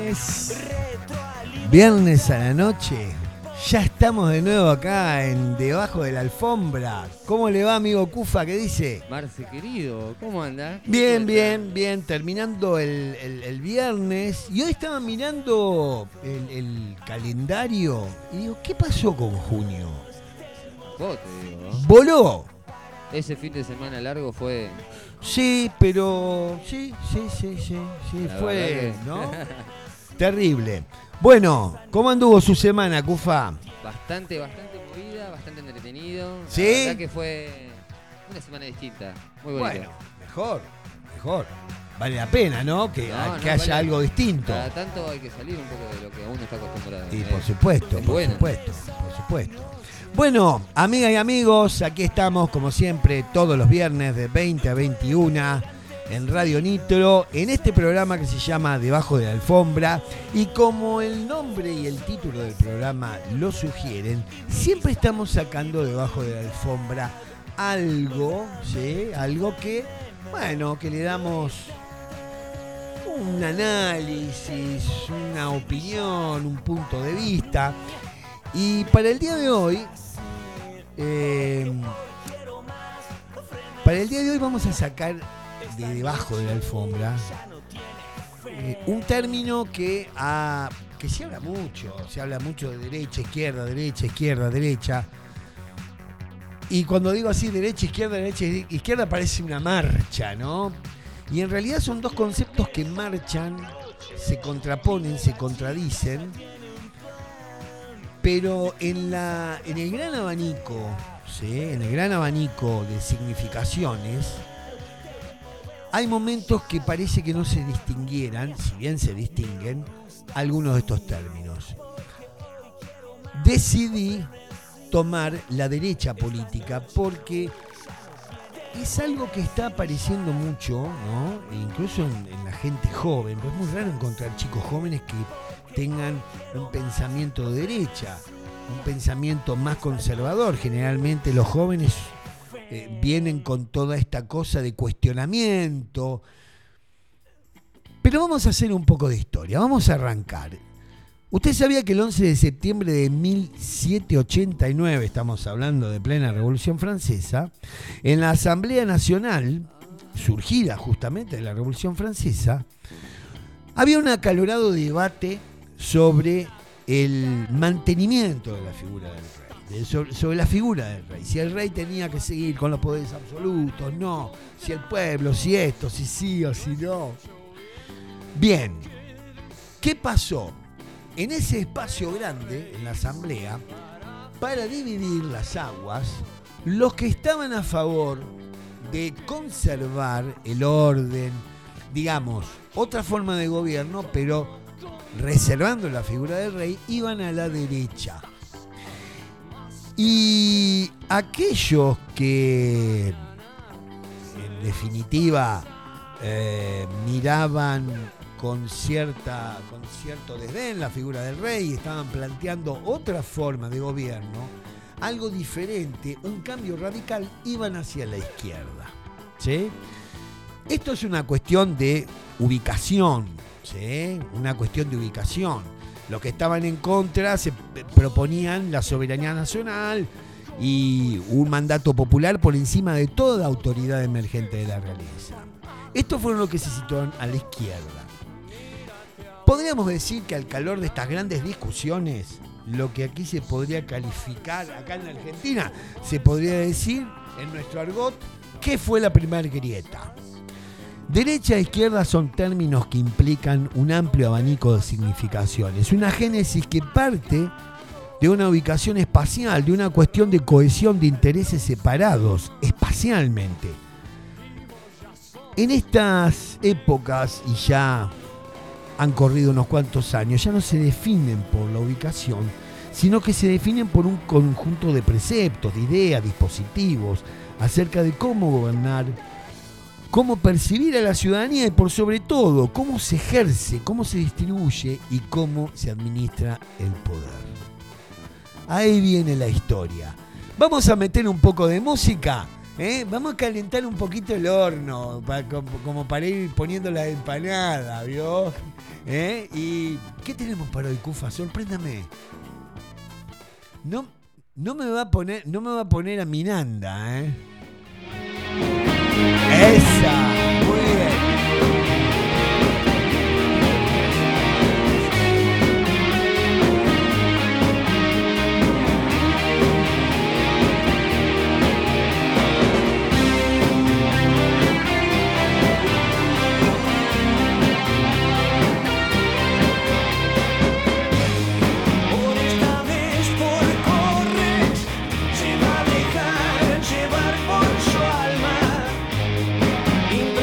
Viernes a la noche. Ya estamos de nuevo acá en Debajo de la Alfombra. ¿Cómo le va, amigo Cufa? ¿Qué dice? Marce, querido, ¿cómo anda? Bien, bien, bien. Terminando el viernes. Y hoy estaba mirando el calendario y digo, ¿qué pasó con junio? Vos te digo, ¿no? ¡Voló! Ese fin de semana largo fue... Sí, pero... Sí, La fue, verdad que- ¿no? Terrible. Bueno, ¿cómo anduvo su semana, Cufa? Bastante movida, bastante entretenido. ¿Sí? La verdad que fue una semana distinta, muy bonita. Bueno, mejor. Vale la pena, ¿no? Que No, haya vale. algo distinto. Cada tanto hay que salir un poco de lo que uno está acostumbrado. Y por supuesto. Bueno. Bueno, amigas y amigos, aquí estamos como siempre todos los viernes de 20 a 21 en Radio Nitro, en este programa que se llama Debajo de la Alfombra. Y como el nombre y el título del programa lo sugieren, siempre estamos sacando debajo de la alfombra algo, ¿sí? Algo que, bueno, que le damos un análisis, una opinión, un punto de vista. Y para el día de hoy, vamos a sacar de debajo de la alfombra un término que se habla mucho de derecha, izquierda. Y cuando digo así, derecha, izquierda, parece una marcha, ¿no? Y en realidad son dos conceptos que marchan, se contraponen, se contradicen, pero en el gran abanico, ¿sí? En el gran abanico de significaciones, hay momentos que parece que no se distinguieran, si bien se distinguen, algunos de estos términos. Decidí tomar la derecha política porque es algo que está apareciendo mucho, ¿no? E incluso en la gente joven. Es muy raro encontrar chicos jóvenes que tengan un pensamiento de derecha, un pensamiento más conservador. Generalmente los jóvenes vienen con toda esta cosa de cuestionamiento. Pero vamos a hacer un poco de historia, vamos a arrancar. ¿Usted sabía que el 11 de septiembre de 1789, estamos hablando de plena Revolución Francesa, en la Asamblea Nacional, surgida justamente de la Revolución Francesa, había un acalorado debate sobre el mantenimiento de la figura del rey, sobre la figura del rey, si el rey tenía que seguir con los poderes absolutos, no, si el pueblo, si esto, si sí o si no. Bien, ¿qué pasó? En ese espacio grande, en la asamblea, para dividir las aguas, los que estaban a favor de conservar el orden, digamos, otra forma de gobierno, pero reservando la figura del rey, iban a la derecha. Y aquellos que, en definitiva, miraban con cierto desdén la figura del rey, estaban planteando otra forma de gobierno, algo diferente, un cambio radical, iban hacia la izquierda, ¿sí? Esto es una cuestión de ubicación, ¿sí? Una cuestión de ubicación. Los que estaban en contra se proponían la soberanía nacional y un mandato popular por encima de toda autoridad emergente de la realeza. Estos fueron los que se situaron a la izquierda. Podríamos decir que al calor de estas grandes discusiones, lo que aquí se podría calificar, acá en la Argentina, se podría decir, en nuestro argot, ¿qué fue la primera grieta? Derecha e izquierda son términos que implican un amplio abanico de significaciones, una génesis que parte de una ubicación espacial, de una cuestión de cohesión de intereses separados espacialmente. En estas épocas, y ya han corrido unos cuantos años, ya no se definen por la ubicación, sino que se definen por un conjunto de preceptos, de ideas, dispositivos, acerca de cómo gobernar, cómo percibir a la ciudadanía y por sobre todo, cómo se ejerce, cómo se distribuye y cómo se administra el poder. Ahí viene la historia. Vamos a meter un poco de música Vamos a calentar un poquito el horno, como para ir poniendo la empanada, ¿vio? ¿Y qué tenemos para hoy, Cufa? Sorpréndame. No me va a poner a Minanda, ¿eh? Esa, muy bien. Llevar por su alma.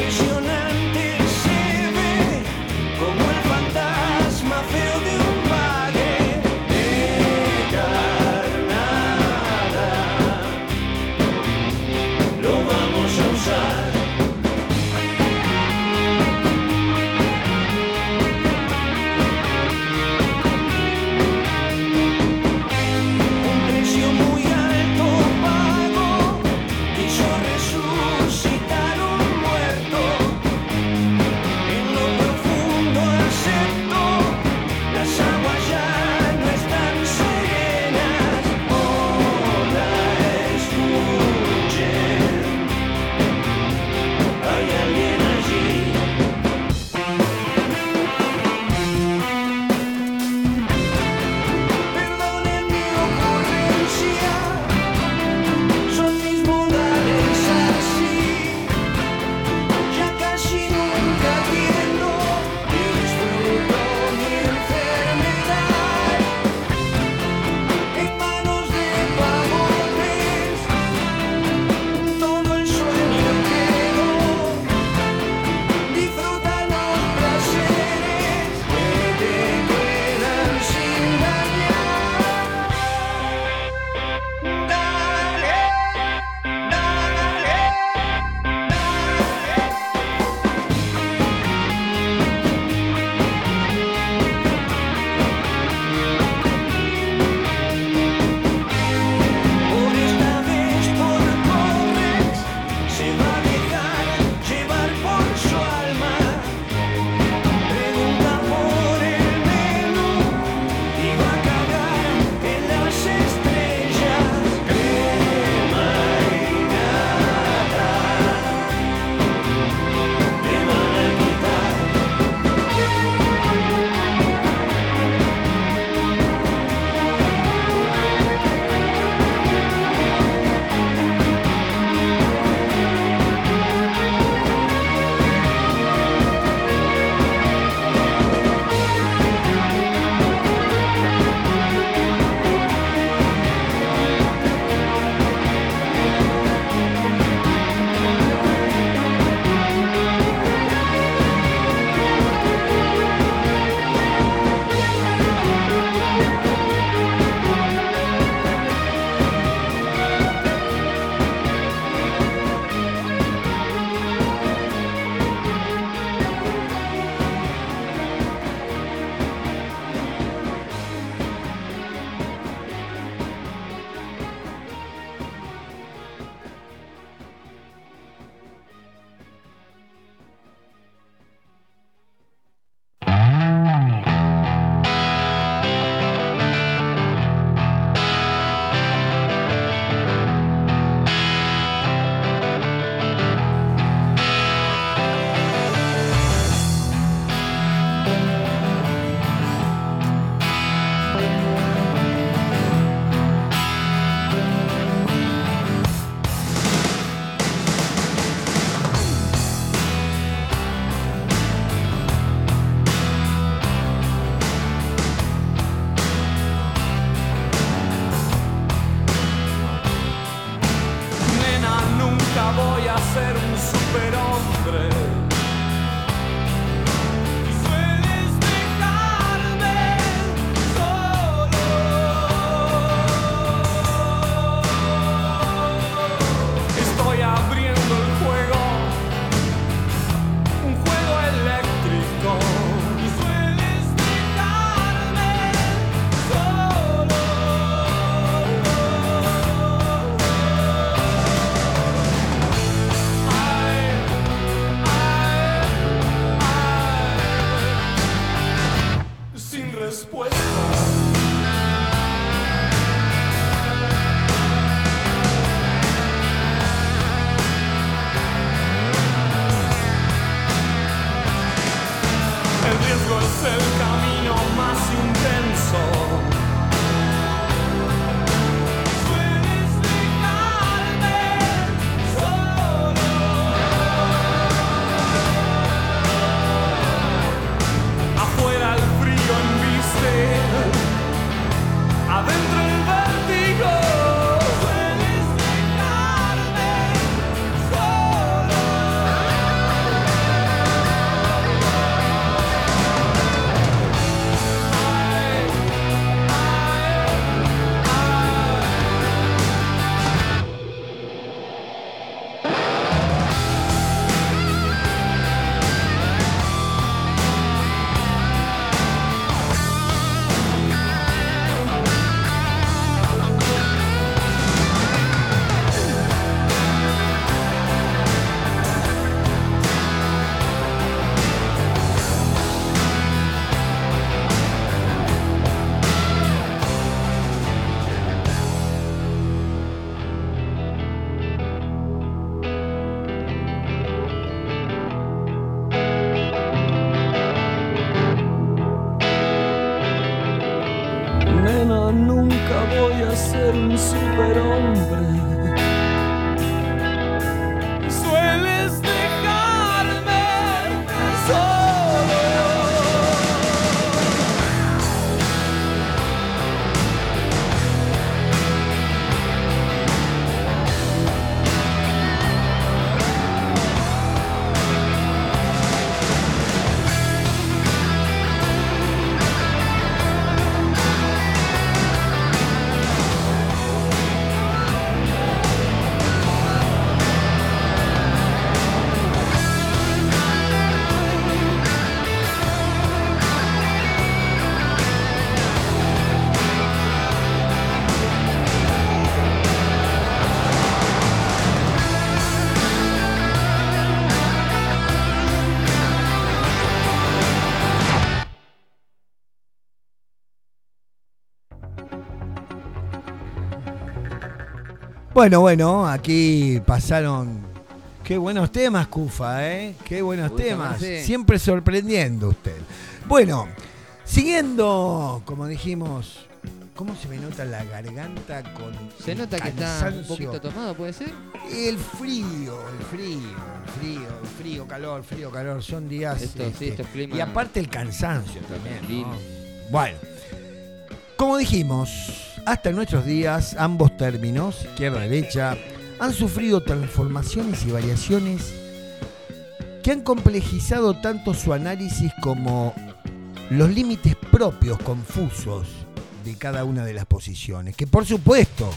voy a ser un superhombre. Sueles dejarme solo. Bueno, aquí pasaron. Qué buenos temas, Cufa, ¿eh? Qué buenos temas. Sí. Siempre sorprendiendo usted. Bueno, siguiendo, como dijimos, ¿cómo se me nota la garganta con Se el nota que está un cansancio? poquito tomado, ¿puede ser? El frío, calor, son días. Estos climas. Y aparte el cansancio también, Lindo. ¿no? Bueno, como dijimos, hasta nuestros días, ambos términos, izquierda-derecha, han sufrido transformaciones y variaciones que han complejizado tanto su análisis como los límites propios confusos de cada una de las posiciones. Que por supuesto,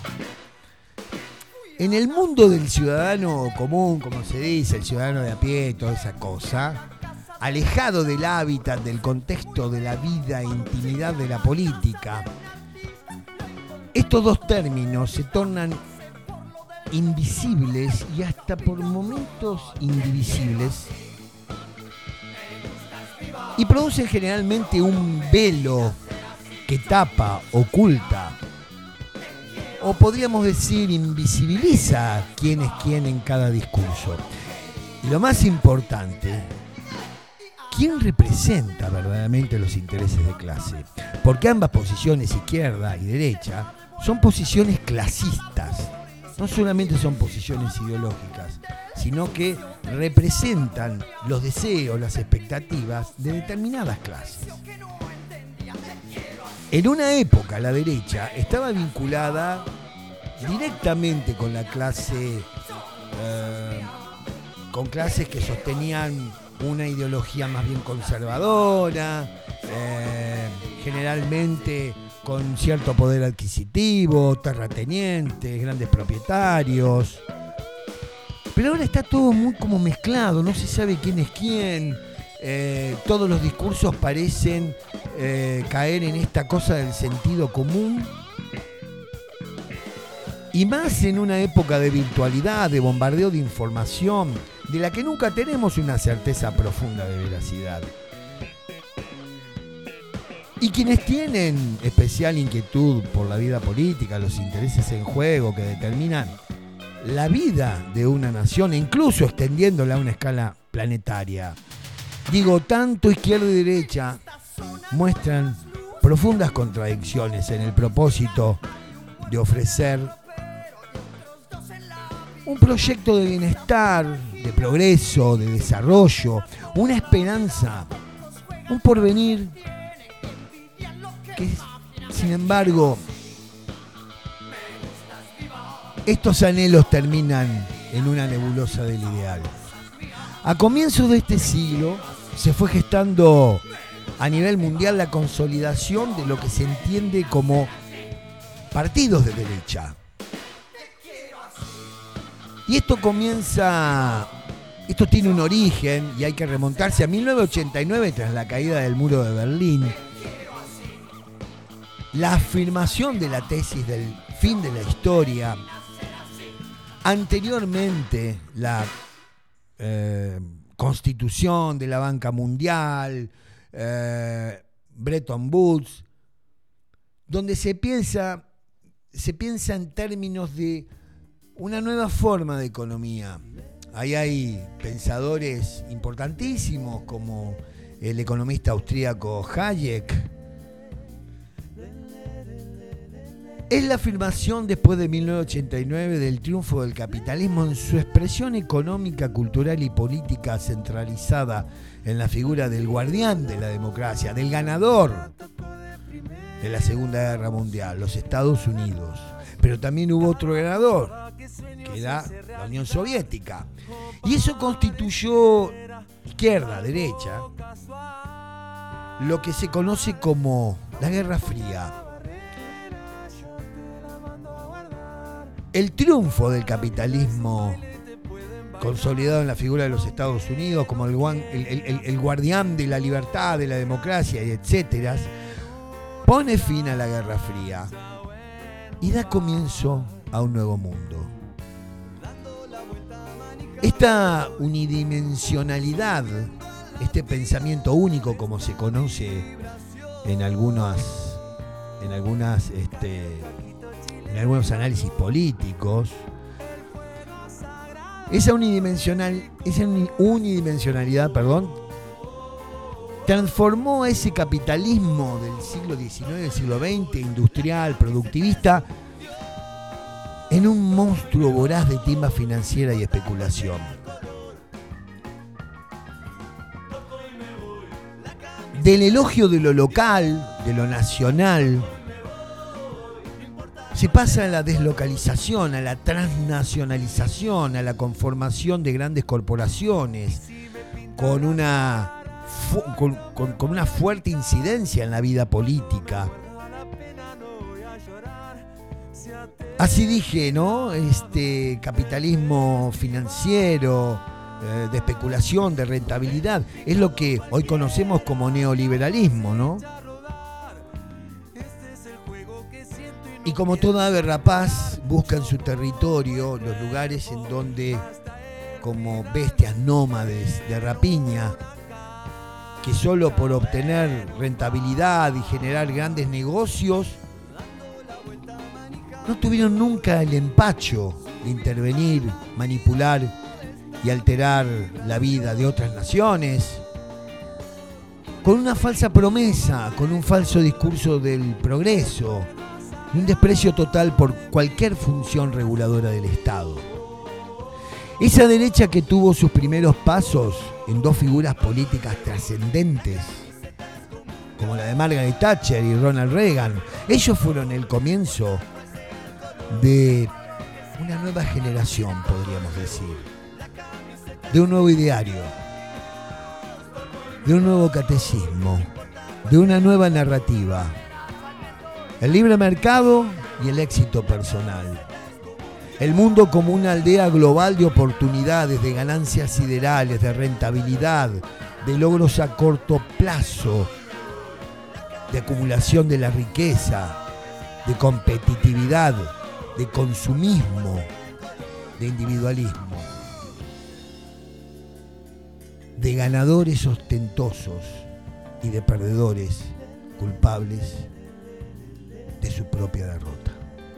en el mundo del ciudadano común, como se dice, el ciudadano de a pie, toda esa cosa, alejado del hábitat, del contexto de la vida e intimidad de la política, estos dos términos se tornan invisibles y hasta por momentos indivisibles y producen generalmente un velo que tapa, oculta o podríamos decir invisibiliza quién es quién en cada discurso. Y lo más importante, ¿quién representa verdaderamente los intereses de clase? Porque ambas posiciones, izquierda y derecha, son posiciones clasistas. No solamente son posiciones ideológicas, sino que representan los deseos, las expectativas de determinadas clases. En una época la derecha estaba vinculada directamente con la clase, con clases que sostenían una ideología más bien conservadora, generalmente con cierto poder adquisitivo, terratenientes, grandes propietarios. Pero ahora está todo muy como mezclado, no se sabe quién es quién. Todos los discursos parecen caer en esta cosa del sentido común. Y más en una época de virtualidad, de bombardeo de información, de la que nunca tenemos una certeza profunda de veracidad. Y quienes tienen especial inquietud por la vida política, los intereses en juego que determinan la vida de una nación, e incluso extendiéndola a una escala planetaria. Digo, tanto izquierda y derecha muestran profundas contradicciones en el propósito de ofrecer un proyecto de bienestar, de progreso, de desarrollo, una esperanza, un porvenir que, sin embargo, estos anhelos terminan en una nebulosa del ideal. A comienzos de este siglo se fue gestando a nivel mundial la consolidación de lo que se entiende como partidos de derecha. Y esto tiene un origen y hay que remontarse a 1989 tras la caída del muro de Berlín. La afirmación de la tesis del fin de la historia. Anteriormente, la constitución de la Banca Mundial, Bretton Woods, donde se piensa en términos de una nueva forma de economía. Ahí hay pensadores importantísimos como el economista austríaco Hayek, Es la afirmación después de 1989 del triunfo del capitalismo en su expresión económica, cultural y política centralizada en la figura del guardián de la democracia, del ganador de la Segunda Guerra Mundial, los Estados Unidos. Pero también hubo otro ganador, que era la Unión Soviética. Y eso constituyó izquierda, derecha, lo que se conoce como la Guerra Fría. El triunfo del capitalismo consolidado en la figura de los Estados Unidos como el guardián de la libertad, de la democracia y etcétera, pone fin a la Guerra Fría y da comienzo a un nuevo mundo. Esta unidimensionalidad, este pensamiento único como se conoce en algunos análisis políticos, esa unidimensionalidad, transformó ese capitalismo del siglo XIX, del siglo XX, industrial, productivista, en un monstruo voraz de timba financiera y especulación. Del elogio de lo local, de lo nacional, se pasa a la deslocalización, a la transnacionalización, a la conformación de grandes corporaciones con una fuerte incidencia en la vida política. Así dije, ¿no? Este capitalismo financiero, de especulación, de rentabilidad, es lo que hoy conocemos como neoliberalismo, ¿no? Y como toda ave rapaz, busca en su territorio los lugares en donde, como bestias nómades de rapiña, que solo por obtener rentabilidad y generar grandes negocios, no tuvieron nunca el empacho de intervenir, manipular y alterar la vida de otras naciones, con una falsa promesa, con un falso discurso del progreso, y un desprecio total por cualquier función reguladora del Estado. Esa derecha que tuvo sus primeros pasos en dos figuras políticas trascendentes, como la de Margaret Thatcher y Ronald Reagan, ellos fueron el comienzo de una nueva generación, podríamos decir, de un nuevo ideario, de un nuevo catecismo, de una nueva narrativa. El libre mercado y el éxito personal. El mundo como una aldea global de oportunidades, de ganancias siderales, de rentabilidad, de logros a corto plazo, de acumulación de la riqueza, de competitividad, de consumismo, de individualismo, de ganadores ostentosos y de perdedores culpables de su propia derrota.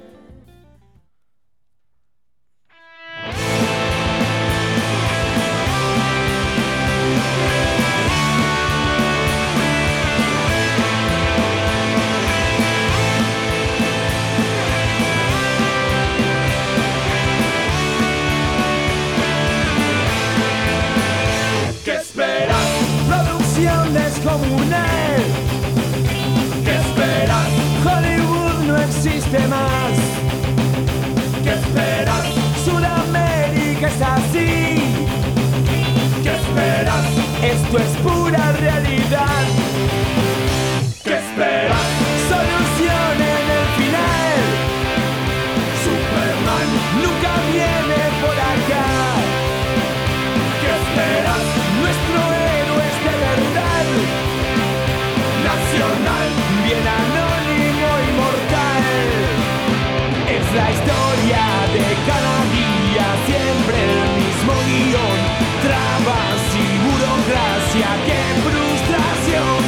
¿Qué esperas? Producción descomunal. ¿Qué esperas? Hollywood no existe más. ¿Qué esperas? Sudamérica es así. ¿Qué esperas? Esto es pura realidad. ¿Qué esperas? Solución en el final. Superman nunca viene por acá. ¿Qué esperas? Nuestro héroe es de verdad. Nacional, bien anónimo, inmortal. Es la historia de cada día, siempre el mismo guión. Trabas y burocracia, qué frustración.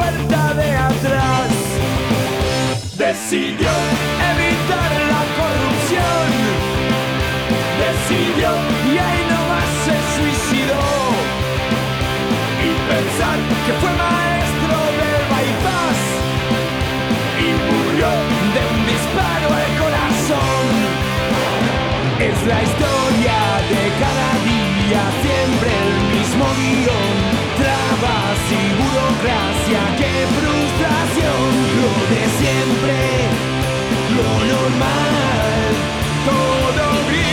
puerta de atrás. Decidió evitar la corrupción. Decidió y ahí nomás se suicidó. Y pensar que fue maestro del bypass y murió de un disparo al corazón. Es la historia de cada día, siempre el mismo guión. Trabas y burocracia, qué frustración. Lo de siempre, lo normal, todo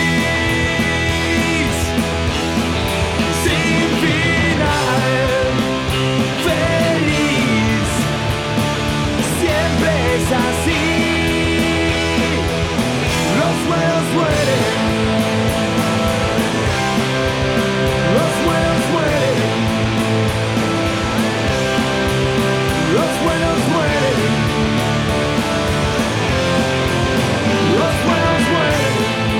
gris, sin final, feliz. Siempre es así. Los buenos mueren. Los buenos mueren. Los buenos mueren. Los buenos mueren.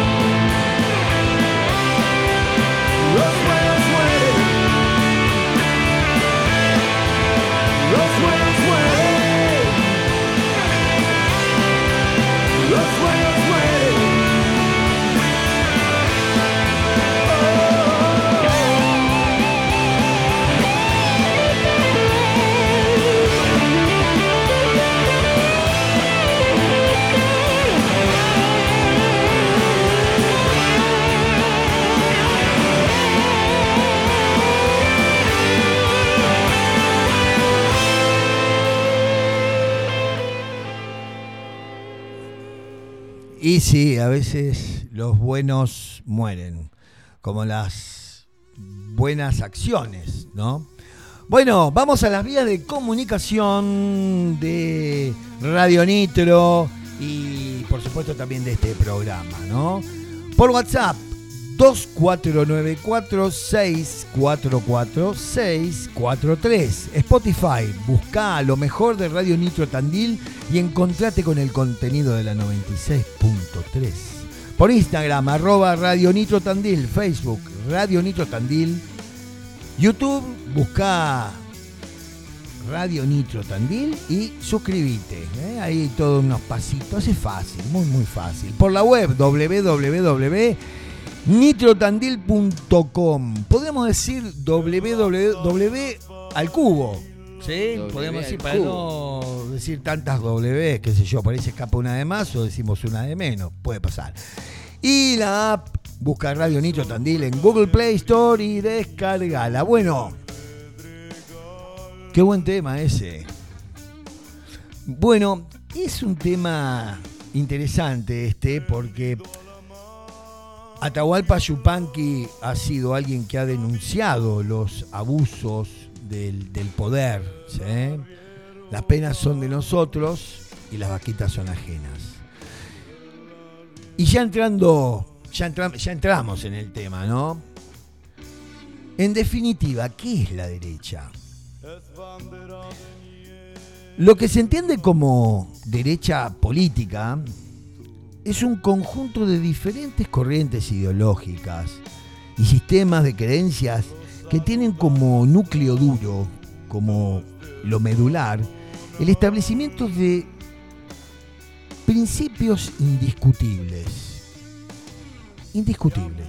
Los buenos mueren. Los buenos mueren. Los buenos mueren. Y sí, a veces los buenos mueren, como las buenas acciones, ¿no? Bueno, vamos a las vías de comunicación de Radio Nitro y por supuesto también de este programa, ¿no? Por WhatsApp, 2496444643. Spotify, buscá lo mejor de Radio Nitro Tandil y encontrate con el contenido de la 96.3. Por Instagram, @Radio Nitro Tandil. Facebook, Radio Nitro Tandil. YouTube, buscá Radio Nitro Tandil y suscríbete. Ahí todos unos pasitos, es fácil, muy muy fácil. Por la web, www.nitrotandil.com. Podemos decir www al cubo, ¿sí? Podemos decir, para no decir tantas W, qué sé yo, por ahí se escapa una de más o decimos una de menos, puede pasar. Y la app, busca Radio Nitro Tandil en Google Play Store y descargala. Bueno, qué buen tema ese. Bueno, es un tema interesante este porque Atahualpa Yupanqui ha sido alguien que ha denunciado los abusos del poder, ¿sí? Las penas son de nosotros y las vaquitas son ajenas. Y ya entramos en el tema, ¿no? En definitiva, ¿qué es la derecha? Lo que se entiende como derecha política es un conjunto de diferentes corrientes ideológicas y sistemas de creencias que tienen como núcleo duro, como lo medular, el establecimiento de principios indiscutibles. Indiscutibles.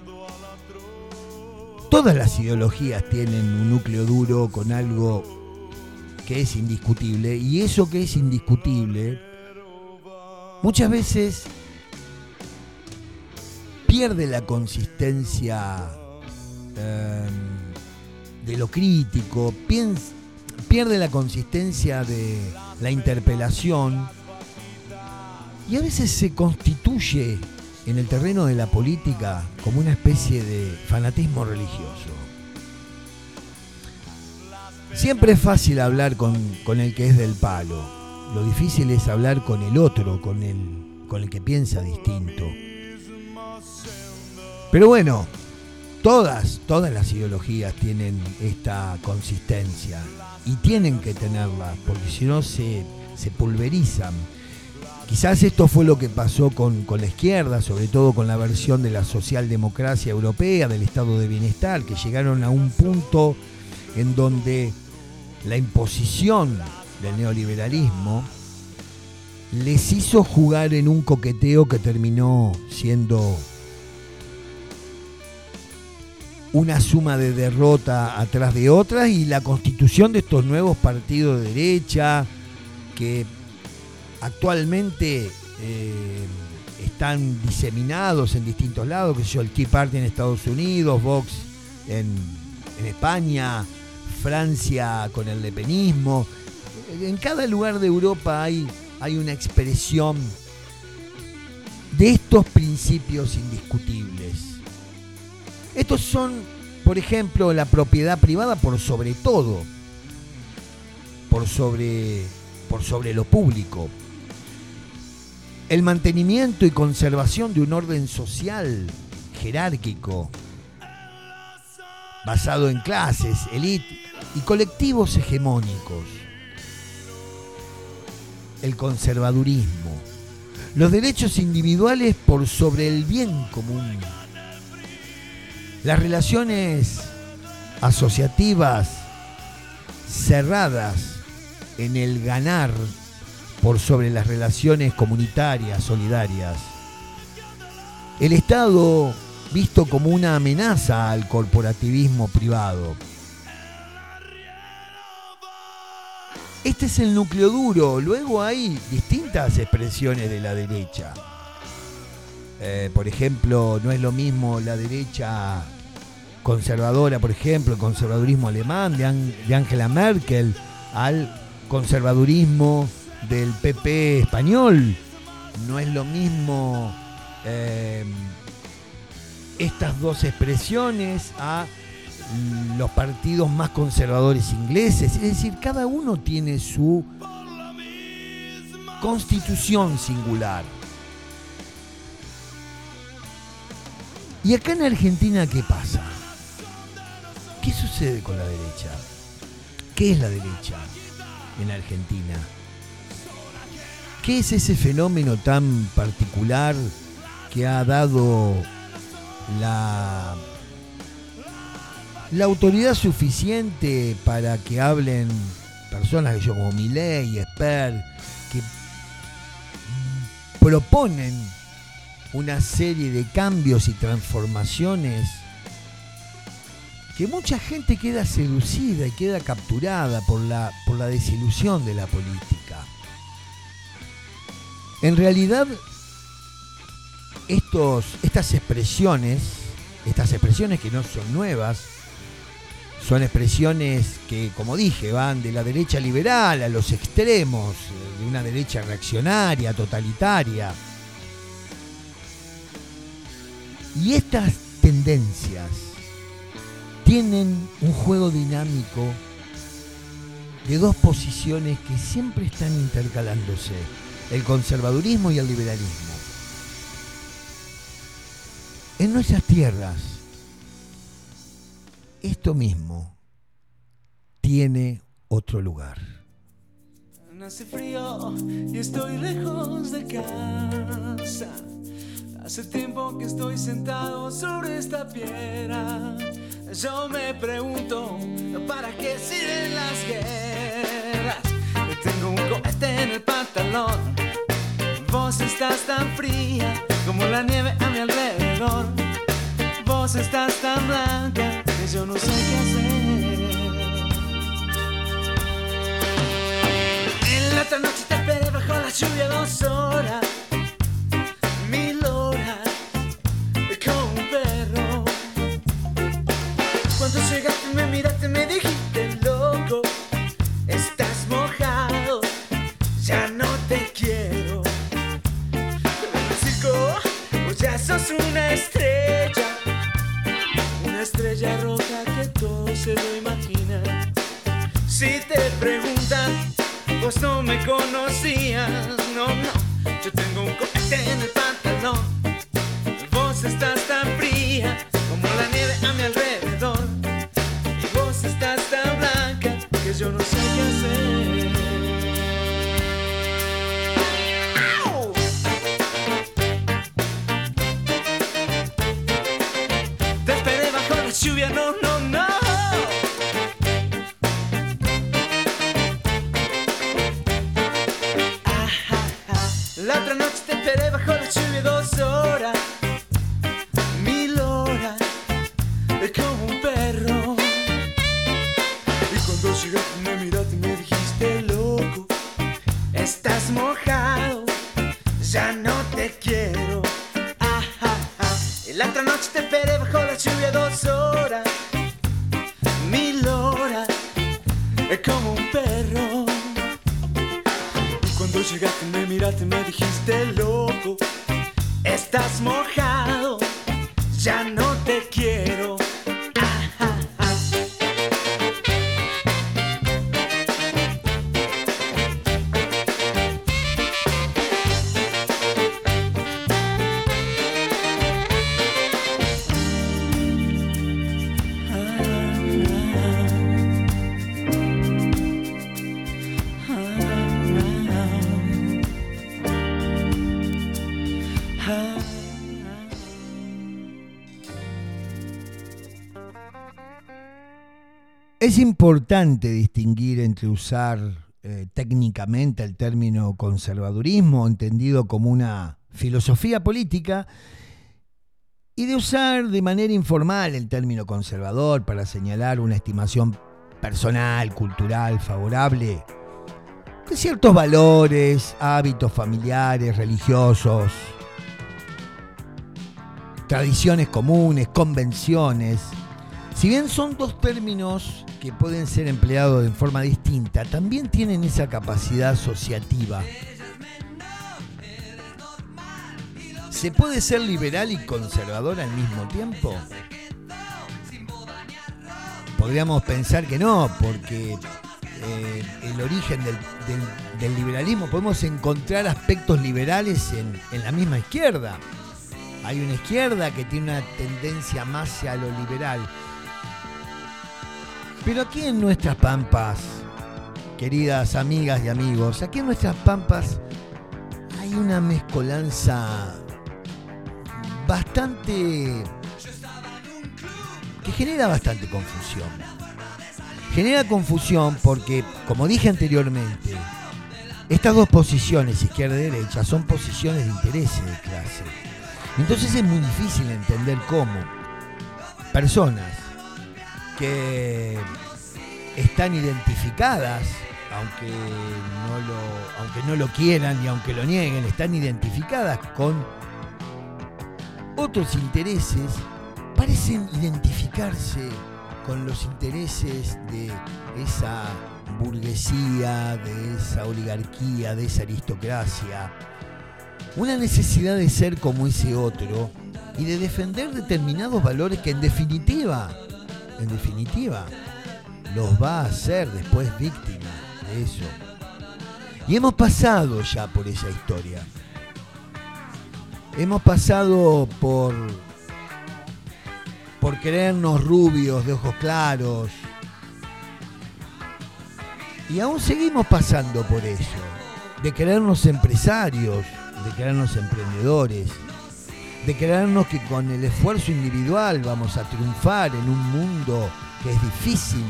Todas las ideologías tienen un núcleo duro con algo que es indiscutible, y eso que es indiscutible muchas veces pierde la consistencia de lo crítico, pierde la consistencia de la interpelación y a veces se constituye en el terreno de la política como una especie de fanatismo religioso. Siempre es fácil hablar con el que es del palo. Lo difícil es hablar con el otro, con el que piensa distinto. Pero bueno, todas las ideologías tienen esta consistencia y tienen que tenerla, porque si no se pulverizan. Quizás esto fue lo que pasó con la izquierda, sobre todo con la versión de la socialdemocracia europea, del estado de bienestar, que llegaron a un punto en donde la imposición del neoliberalismo les hizo jugar en un coqueteo que terminó siendo una suma de derrota atrás de otras, y la constitución de estos nuevos partidos de derecha que actualmente están diseminados en distintos lados, que sé yo, el Tea Party en Estados Unidos, Vox en España, Francia con el lepenismo. En cada lugar de Europa hay una expresión de estos principios indiscutibles. Estos son, por ejemplo, la propiedad privada por sobre todo, por sobre lo público, el mantenimiento y conservación de un orden social jerárquico basado en clases, élite y colectivos hegemónicos, el conservadurismo, los derechos individuales por sobre el bien común, las relaciones asociativas cerradas en el ganar por sobre las relaciones comunitarias, solidarias, el Estado visto como una amenaza al corporativismo privado. Este es el núcleo duro. Luego hay distintas expresiones de la derecha. Por ejemplo, no es lo mismo la derecha conservadora, por ejemplo, el conservadurismo alemán de Angela Merkel, al conservadurismo del PP español. No es lo mismo estas dos expresiones a los partidos más conservadores ingleses. Es decir, cada uno tiene su constitución singular. ¿Y acá en Argentina qué pasa? ¿Qué sucede con la derecha? ¿Qué es la derecha en Argentina? ¿Qué es ese fenómeno tan particular que ha dado la autoridad suficiente para que hablen personas que yo como Milei, Esper, que proponen una serie de cambios y transformaciones que mucha gente queda seducida y queda capturada por la desilusión de la política? En realidad, estas expresiones que no son nuevas, son expresiones que, como dije, van de la derecha liberal a los extremos, de una derecha reaccionaria, totalitaria. Y estas tendencias tienen un juego dinámico de dos posiciones que siempre están intercalándose: el conservadurismo y el liberalismo. En nuestras tierras, esto mismo tiene otro lugar. Hace frío y estoy lejos de casa. Hace tiempo que estoy sentado sobre esta piedra. Yo me pregunto, ¿para qué sirven las guerras? Tengo un cohete en el pantalón. Vos estás tan fría como la nieve a mi alrededor. Vos estás tan blanca que yo no sé qué hacer. En la otra noche te esperé bajo la lluvia 2 horas, 1000 horas, como un perro. Cuando llegaste me miraste, me dijiste: loco, estás mojado, ya no te quiero. En el circo vos ya sos una estrella roja que todos se lo imaginan. Si te preguntan, vos no me conocías. No, yo tengo un cohete en el pantalón. Vos estás tan fría como la nieve a mi alrededor. Y vos estás tan blanca que yo no sé qué hacer. Lluvia, no, no, no. Es importante distinguir entre usar técnicamente el término conservadurismo, entendido como una filosofía política, y de usar de manera informal el término conservador para señalar una estimación personal, cultural, favorable de ciertos valores, hábitos familiares, religiosos, tradiciones comunes, convenciones. Si bien son dos términos que pueden ser empleados de forma distinta, también tienen esa capacidad asociativa. ¿Se puede ser liberal y conservador al mismo tiempo? Podríamos pensar que no, porque el origen del liberalismo, podemos encontrar aspectos liberales en la misma izquierda. Hay una izquierda que tiene una tendencia más hacia lo liberal. Pero aquí en nuestras pampas, queridas amigas y amigos, aquí en nuestras pampas hay una mezcolanza que genera bastante confusión. Genera confusión porque, como dije anteriormente, estas dos posiciones, izquierda y derecha, son posiciones de intereses de clase. Entonces es muy difícil entender cómo personas que están identificadas, aunque no lo quieran y aunque lo nieguen, están identificadas con otros intereses, parecen identificarse con los intereses de esa burguesía, de esa oligarquía, de esa aristocracia. Una necesidad de ser como ese otro y de defender determinados valores que en definitiva, los va a hacer después víctimas de eso. Y hemos pasado ya por esa historia. Hemos pasado por creernos rubios, de ojos claros. Y aún seguimos pasando por eso. De creernos empresarios, de creernos emprendedores, de creernos que con el esfuerzo individual vamos a triunfar en un mundo que es difícil.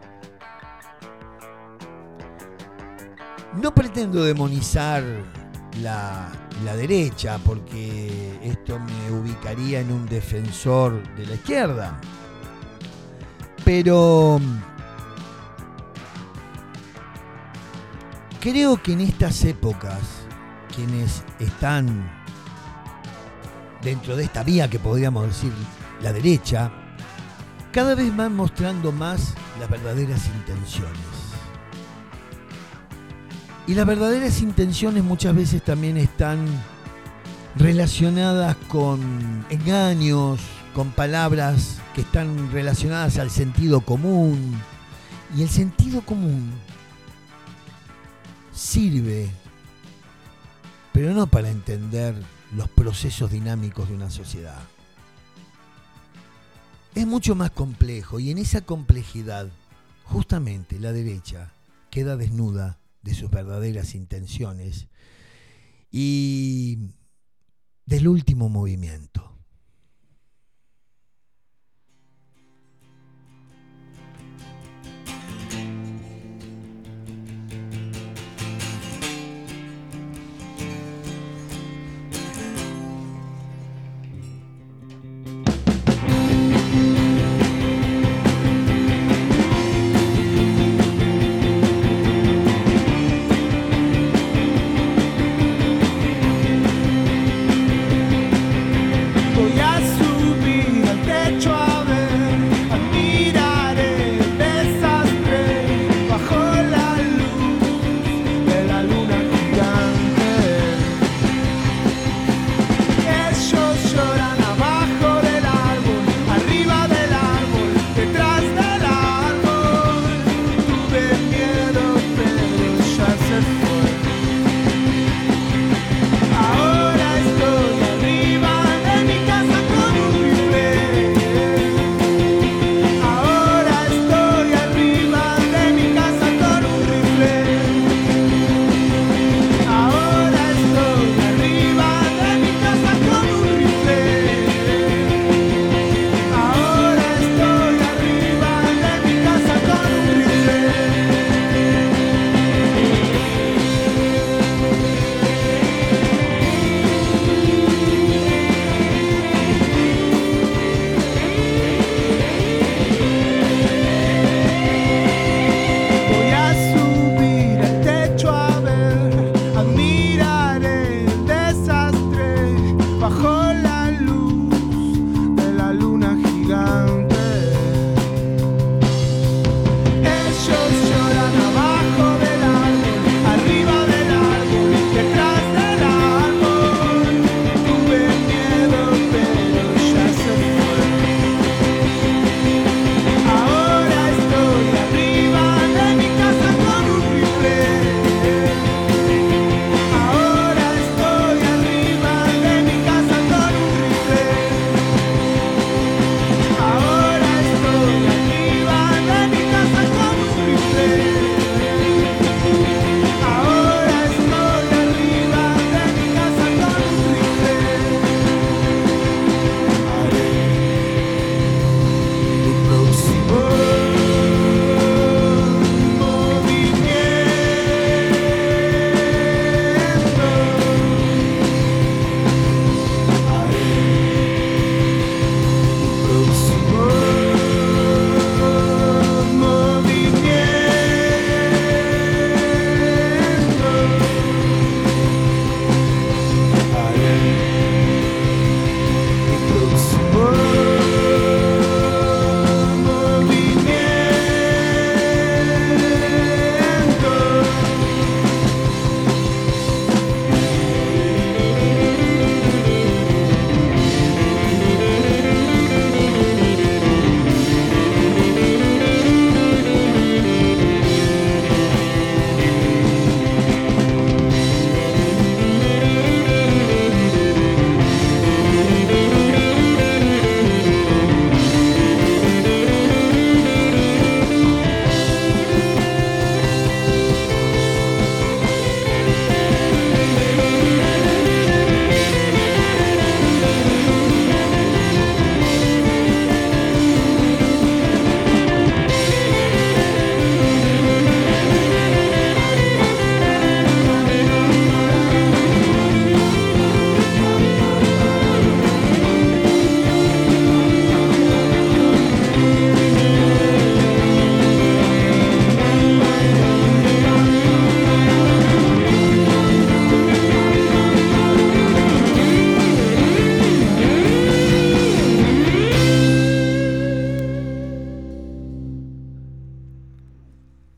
No pretendo demonizar la derecha, porque esto me ubicaría en un defensor de la izquierda. Pero creo que en estas épocas, quienes están dentro de esta vía que podríamos decir la derecha, cada vez van mostrando más las verdaderas intenciones. Y las verdaderas intenciones muchas veces también están relacionadas con engaños, con palabras que están relacionadas al sentido común. Y el sentido común sirve, pero no para entender los procesos dinámicos de una sociedad. Es mucho más complejo, y en esa complejidad, justamente la derecha queda desnuda de sus verdaderas intenciones y del último movimiento.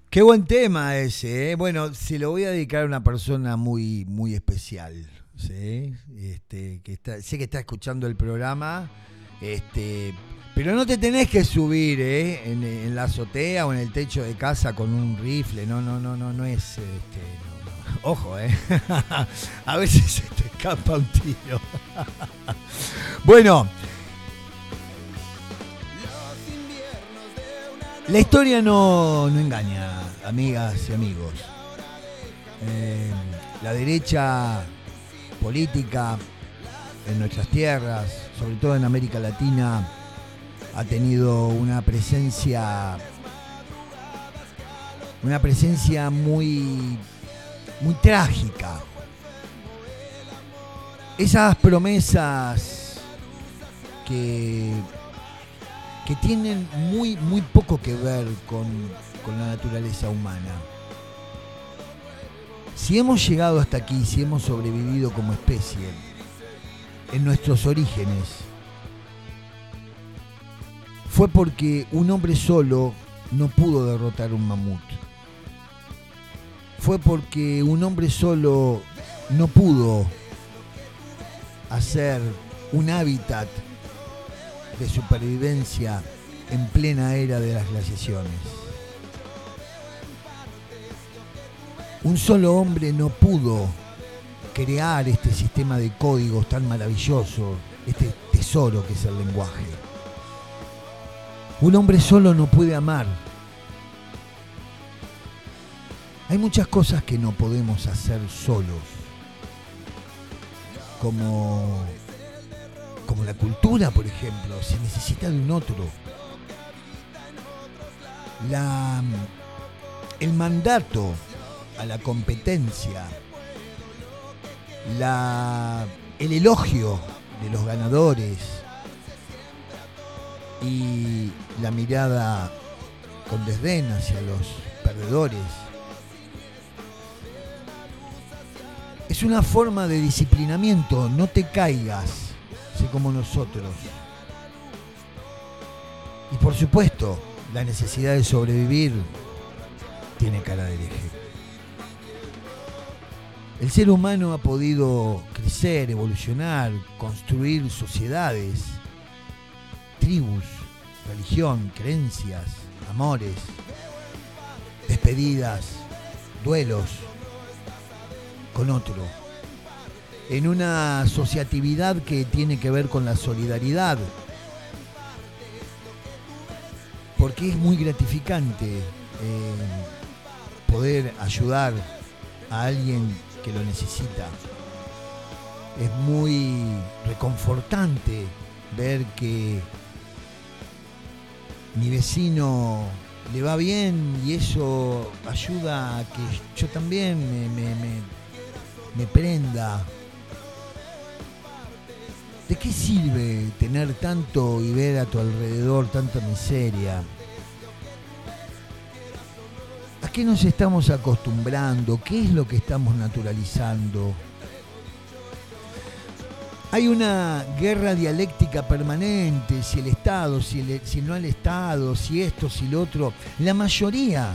Qué buen tema ese, ¿eh? Bueno, se lo voy a dedicar a una persona muy, muy especial, ¿sí? Sé que está escuchando el programa, pero no te tenés que subir, en la azotea o en el techo de casa con un rifle, no es, no. Ojo, a veces se te escapa un tiro. Bueno. La historia no engaña, amigas y amigos. La derecha política en nuestras tierras, sobre todo en América Latina, ha tenido una presencia muy, muy trágica. Esas promesas que tienen muy, muy poco que ver con la naturaleza humana. Si hemos llegado hasta aquí, si hemos sobrevivido como especie, en nuestros orígenes, fue porque un hombre solo no pudo derrotar un mamut. Fue porque un hombre solo no pudo hacer un hábitat de supervivencia en plena era de las glaciaciones. Un solo hombre no pudo crear este sistema de códigos tan maravilloso, este tesoro que es el lenguaje. Un hombre solo no puede amar. Hay muchas cosas que no podemos hacer solos, como la cultura, por ejemplo, se necesita de un otro. El mandato a la competencia, el elogio de los ganadores y la mirada con desdén hacia los perdedores es una forma de disciplinamiento. No te caigas, sé como nosotros. Y por supuesto, la necesidad de sobrevivir tiene cara de hereje. El ser humano ha podido crecer, evolucionar, construir sociedades, tribus, religión, creencias, amores, despedidas, duelos con otro, en una asociatividad que tiene que ver con la solidaridad, porque es muy gratificante poder ayudar a alguien que lo necesita. Es muy reconfortante ver que mi vecino le va bien y eso ayuda a que yo también me prenda. ¿De qué sirve tener tanto y ver a tu alrededor tanta miseria? ¿A qué nos estamos acostumbrando? ¿Qué es lo que estamos naturalizando? Hay una guerra dialéctica permanente, si el Estado, si no el Estado, si esto, si lo otro. La mayoría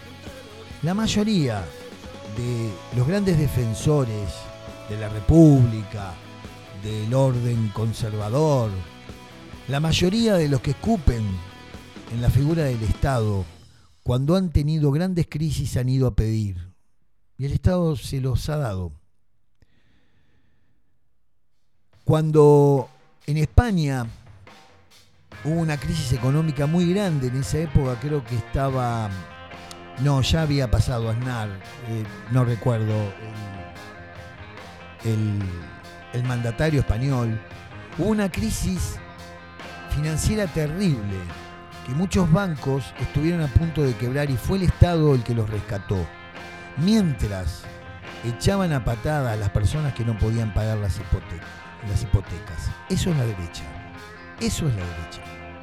de los grandes defensores de la República, del orden conservador, la mayoría de los que escupen en la figura del Estado, cuando han tenido grandes crisis han ido a pedir. Y el Estado se los ha dado. Cuando en España hubo una crisis económica muy grande, en esa época creo que estaba... No, ya había pasado Aznar, no recuerdo el mandatario español. Hubo una crisis financiera terrible, que muchos bancos estuvieron a punto de quebrar y fue el Estado el que los rescató. Mientras echaban a patada a las personas que no podían pagar las hipotecas. Eso es la derecha. Eso es la derecha.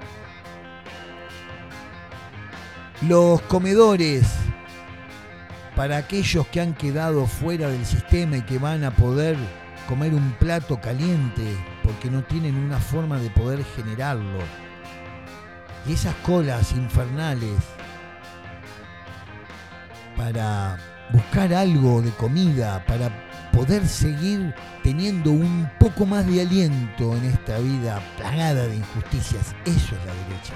Los comedores para aquellos que han quedado fuera del sistema y que van a poder comer un plato caliente porque no tienen una forma de poder generarlo. Y esas colas infernales para buscar algo de comida, para poder seguir teniendo un poco más de aliento en esta vida plagada de injusticias. Eso es la derecha.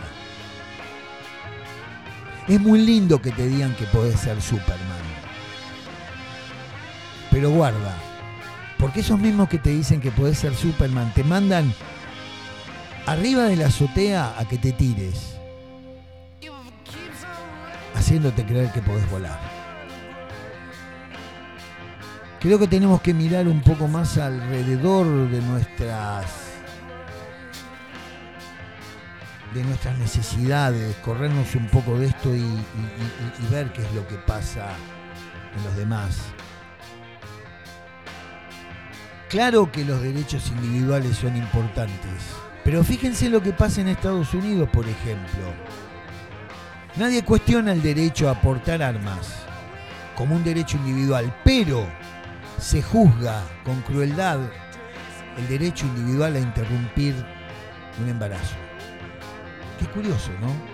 Es muy lindo que te digan que podés ser Superman. Pero guarda, porque esos mismos que te dicen que podés ser Superman te mandan arriba de la azotea a que te tires, haciéndote creer que podés volar. Creo que tenemos que mirar un poco más alrededor de nuestras necesidades, corrernos un poco de esto y ver qué es lo que pasa en los demás. Claro que los derechos individuales son importantes, pero fíjense lo que pasa en Estados Unidos, por ejemplo. Nadie cuestiona el derecho a portar armas como un derecho individual, pero se juzga con crueldad el derecho individual a interrumpir un embarazo. Qué curioso,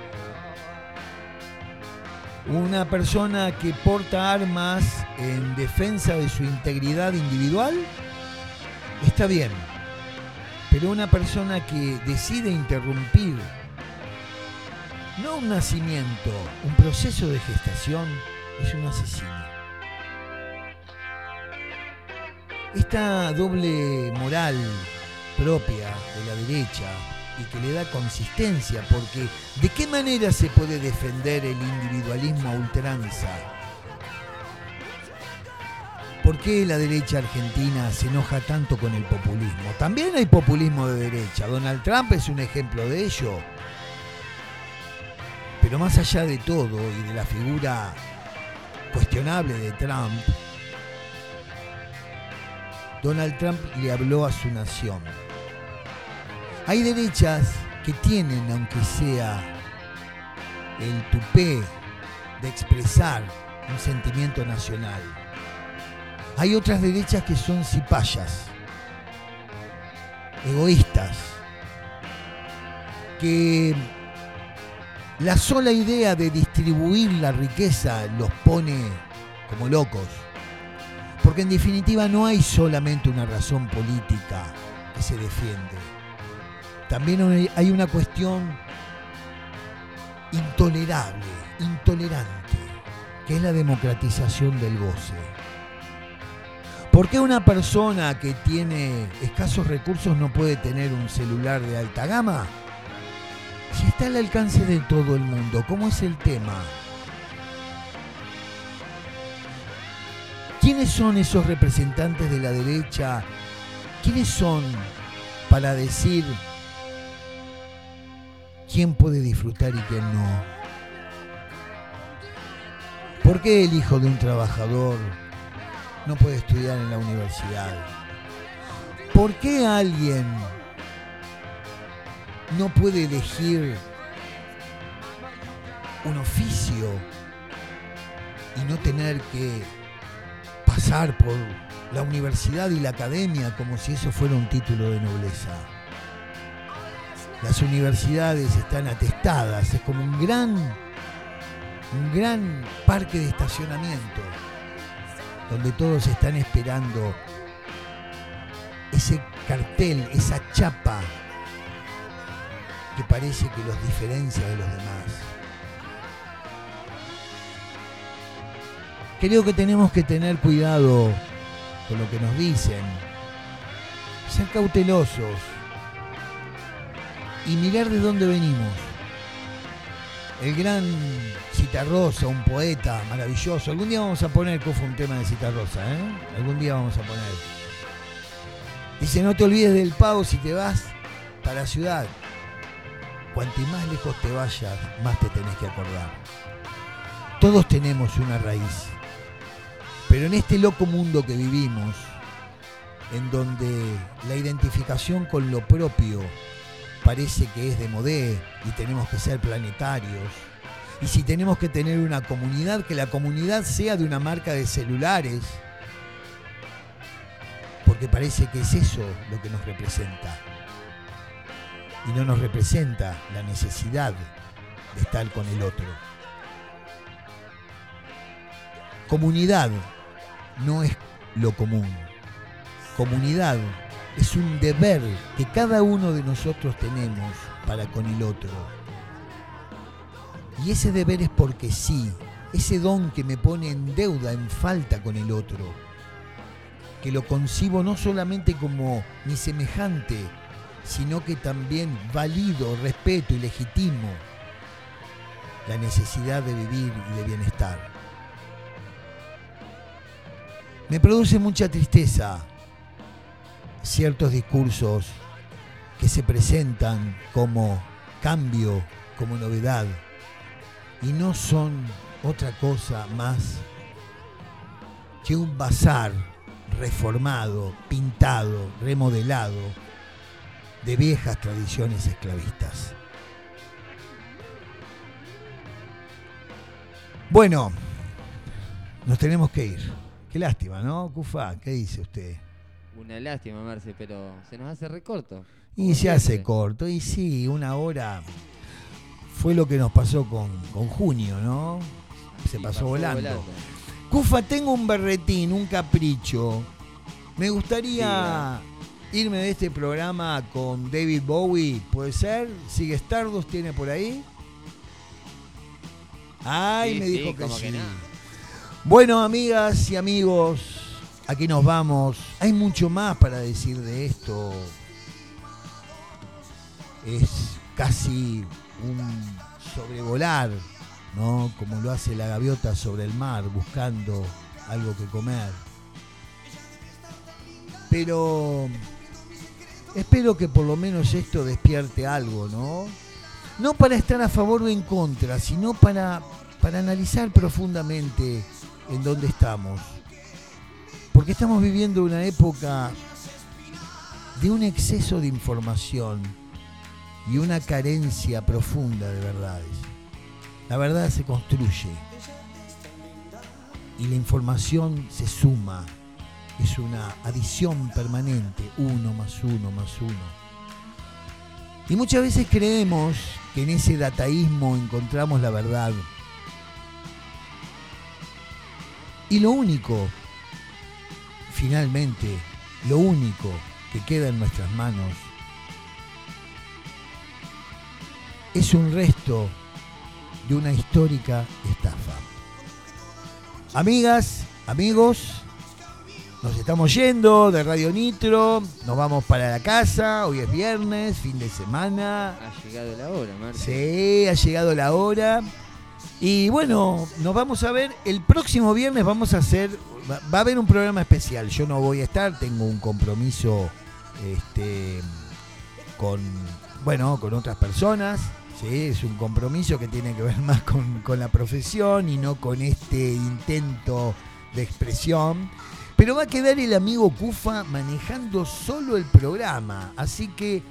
¿no? Una persona que porta armas en defensa de su integridad individual está bien, pero una persona que decide interrumpir no un nacimiento, un proceso de gestación, es un asesino. Esta doble moral propia de la derecha y que le da consistencia, porque ¿de qué manera se puede defender el individualismo a ultranza? ¿Por qué la derecha argentina se enoja tanto con el populismo? También hay populismo de derecha. Donald Trump es un ejemplo de ello. Pero más allá de todo y de la figura cuestionable de Trump, Donald Trump le habló a su nación. Hay derechas que tienen, aunque sea el tupé de expresar un sentimiento nacional. Hay otras derechas que son cipayas, egoístas, que la sola idea de distribuir la riqueza los pone como locos. Porque en definitiva no hay solamente una razón política que se defiende. También hay una cuestión intolerable, intolerante, que es la democratización del goce. ¿Por qué una persona que tiene escasos recursos no puede tener un celular de alta gama? Si está al alcance de todo el mundo, ¿cómo es el tema? ¿Quiénes son esos representantes de la derecha? ¿Quiénes son para decir quién puede disfrutar y quién no? ¿Por qué el hijo de un trabajador no puede estudiar en la universidad? ¿Por qué alguien no puede elegir un oficio y no tener que pasar por la universidad y la academia como si eso fuera un título de nobleza? Las universidades están atestadas, es como un gran parque de estacionamiento donde todos están esperando ese cartel, esa chapa que parece que los diferencia de los demás. Creo que tenemos que tener cuidado con lo que nos dicen, ser cautelosos y mirar de dónde venimos. El gran Citarrosa, un poeta maravilloso. Algún día vamos a poner, que fue un tema de Citarrosa, algún día vamos a poner. Dice: no te olvides del pago si te vas para la ciudad. Cuanto más lejos te vayas, más te tenés que acordar. Todos tenemos una raíz. Pero en este loco mundo que vivimos, en donde la identificación con lo propio parece que es de modé y tenemos que ser planetarios, y si tenemos que tener una comunidad, que la comunidad sea de una marca de celulares, porque parece que es eso lo que nos representa, y no nos representa la necesidad de estar con el otro. Comunidad no es lo común. Comunidad es un deber que cada uno de nosotros tenemos para con el otro. Y ese deber es porque sí, ese don que me pone en deuda, en falta con el otro, que lo concibo no solamente como mi semejante, sino que también valido, respeto y legitimo la necesidad de vivir y de bienestar. Me produce mucha tristeza ciertos discursos que se presentan como cambio, como novedad, y no son otra cosa más que un bazar reformado, pintado, remodelado de viejas tradiciones esclavistas. Bueno, nos tenemos que ir. Qué lástima, ¿no, Cufa? ¿Qué dice usted? Una lástima, Marce, pero se nos hace recorto. Y se hace corto, y sí, 1 hora fue lo que nos pasó con junio, ¿no? Se pasó volando. Cufa, tengo un berretín, un capricho. Me gustaría irme de este programa con David Bowie, ¿puede ser? ¿Sigue Stardust tiene por ahí? Ay, sí, me dijo que sí. Que no. Bueno, amigas y amigos, aquí nos vamos. Hay mucho más para decir de esto. Es casi un sobrevolar, ¿no? Como lo hace la gaviota sobre el mar, buscando algo que comer. Pero espero que por lo menos esto despierte algo, ¿no? No para estar a favor o en contra, sino para analizar profundamente en dónde estamos. Porque estamos viviendo una época de un exceso de información y una carencia profunda de verdades. La verdad se construye y la información se suma. Es una adición permanente, 1 más 1 más 1. Y muchas veces creemos que en ese dataísmo encontramos la verdad. Y lo único, finalmente, lo único que queda en nuestras manos es un resto de una histórica estafa. Amigas, amigos, nos estamos yendo de Radio Nitro, nos vamos para la casa, hoy es viernes, fin de semana. Ha llegado la hora, Marce. Sí, ha llegado la hora. Y bueno, nos vamos a ver el próximo viernes, va a haber un programa especial. Yo no voy a estar, tengo un compromiso con otras personas. Sí, es un compromiso que tiene que ver más con la profesión y no con este intento de expresión. Pero va a quedar el amigo Cufa manejando solo el programa. Así que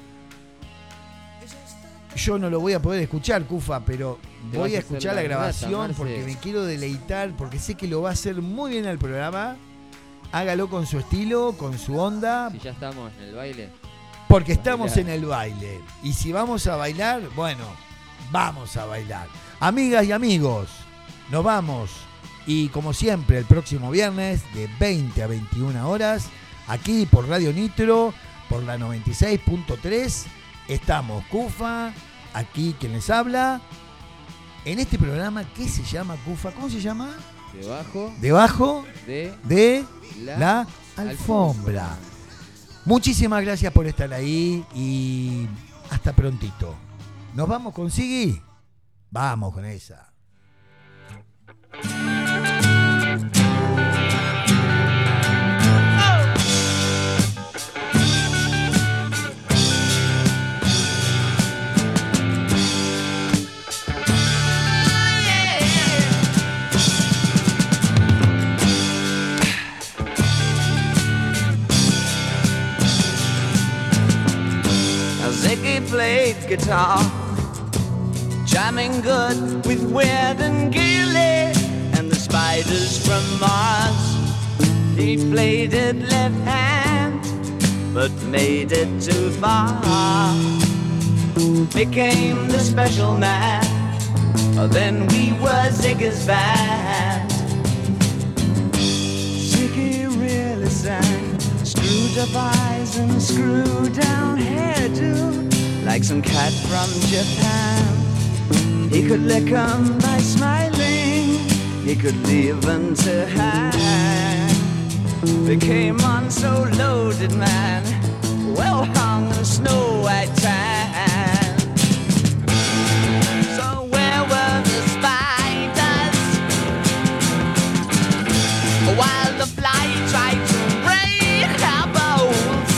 yo no lo voy a poder escuchar, Cufa, pero voy a escuchar la grabación porque me quiero deleitar, porque sé que lo va a hacer muy bien al programa. Hágalo con su estilo, con su onda. Si ya estamos en el baile. Porque estamos en el baile. Y si vamos a bailar, bueno, vamos a bailar. Amigas y amigos, nos vamos. Y como siempre, el próximo viernes de 20 a 21 horas, aquí por Radio Nitro, por la 96.3, estamos Cufa, aquí quien les habla, en este programa que se llama Cufa, ¿cómo se llama? Debajo de la alfombra. Muchísimas gracias por estar ahí y hasta prontito. ¿Nos vamos con Siggy? Vamos con esa. Ziggy played guitar, jamming good with Weird and Gilly and the Spiders from Mars. He played it left hand, but made it too far. Became the special man, then we were Ziggy's band. screwed up eyes and a screwed down hairdo, like some cat from Japan. He could lick 'em by smiling, he could leave 'em to hang. They came on so loaded, man, well hung in snow white tan. So where were the spiders while the fly tried to break our bones?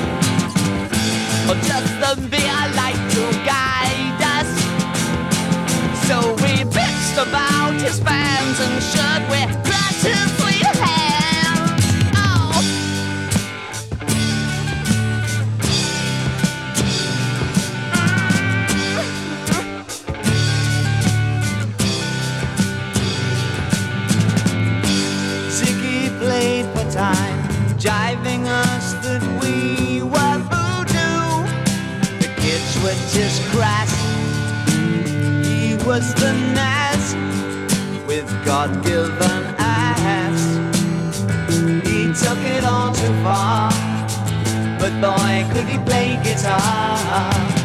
Or just the beer light to guide us? So we bitched about his fans and should we crush his sweet hands? Oh. Ziggy played for time, jiving us that we were voodoo. The kids were just crass, he was the Nas with God-given ass. He took it all too far, but boy could he play guitar.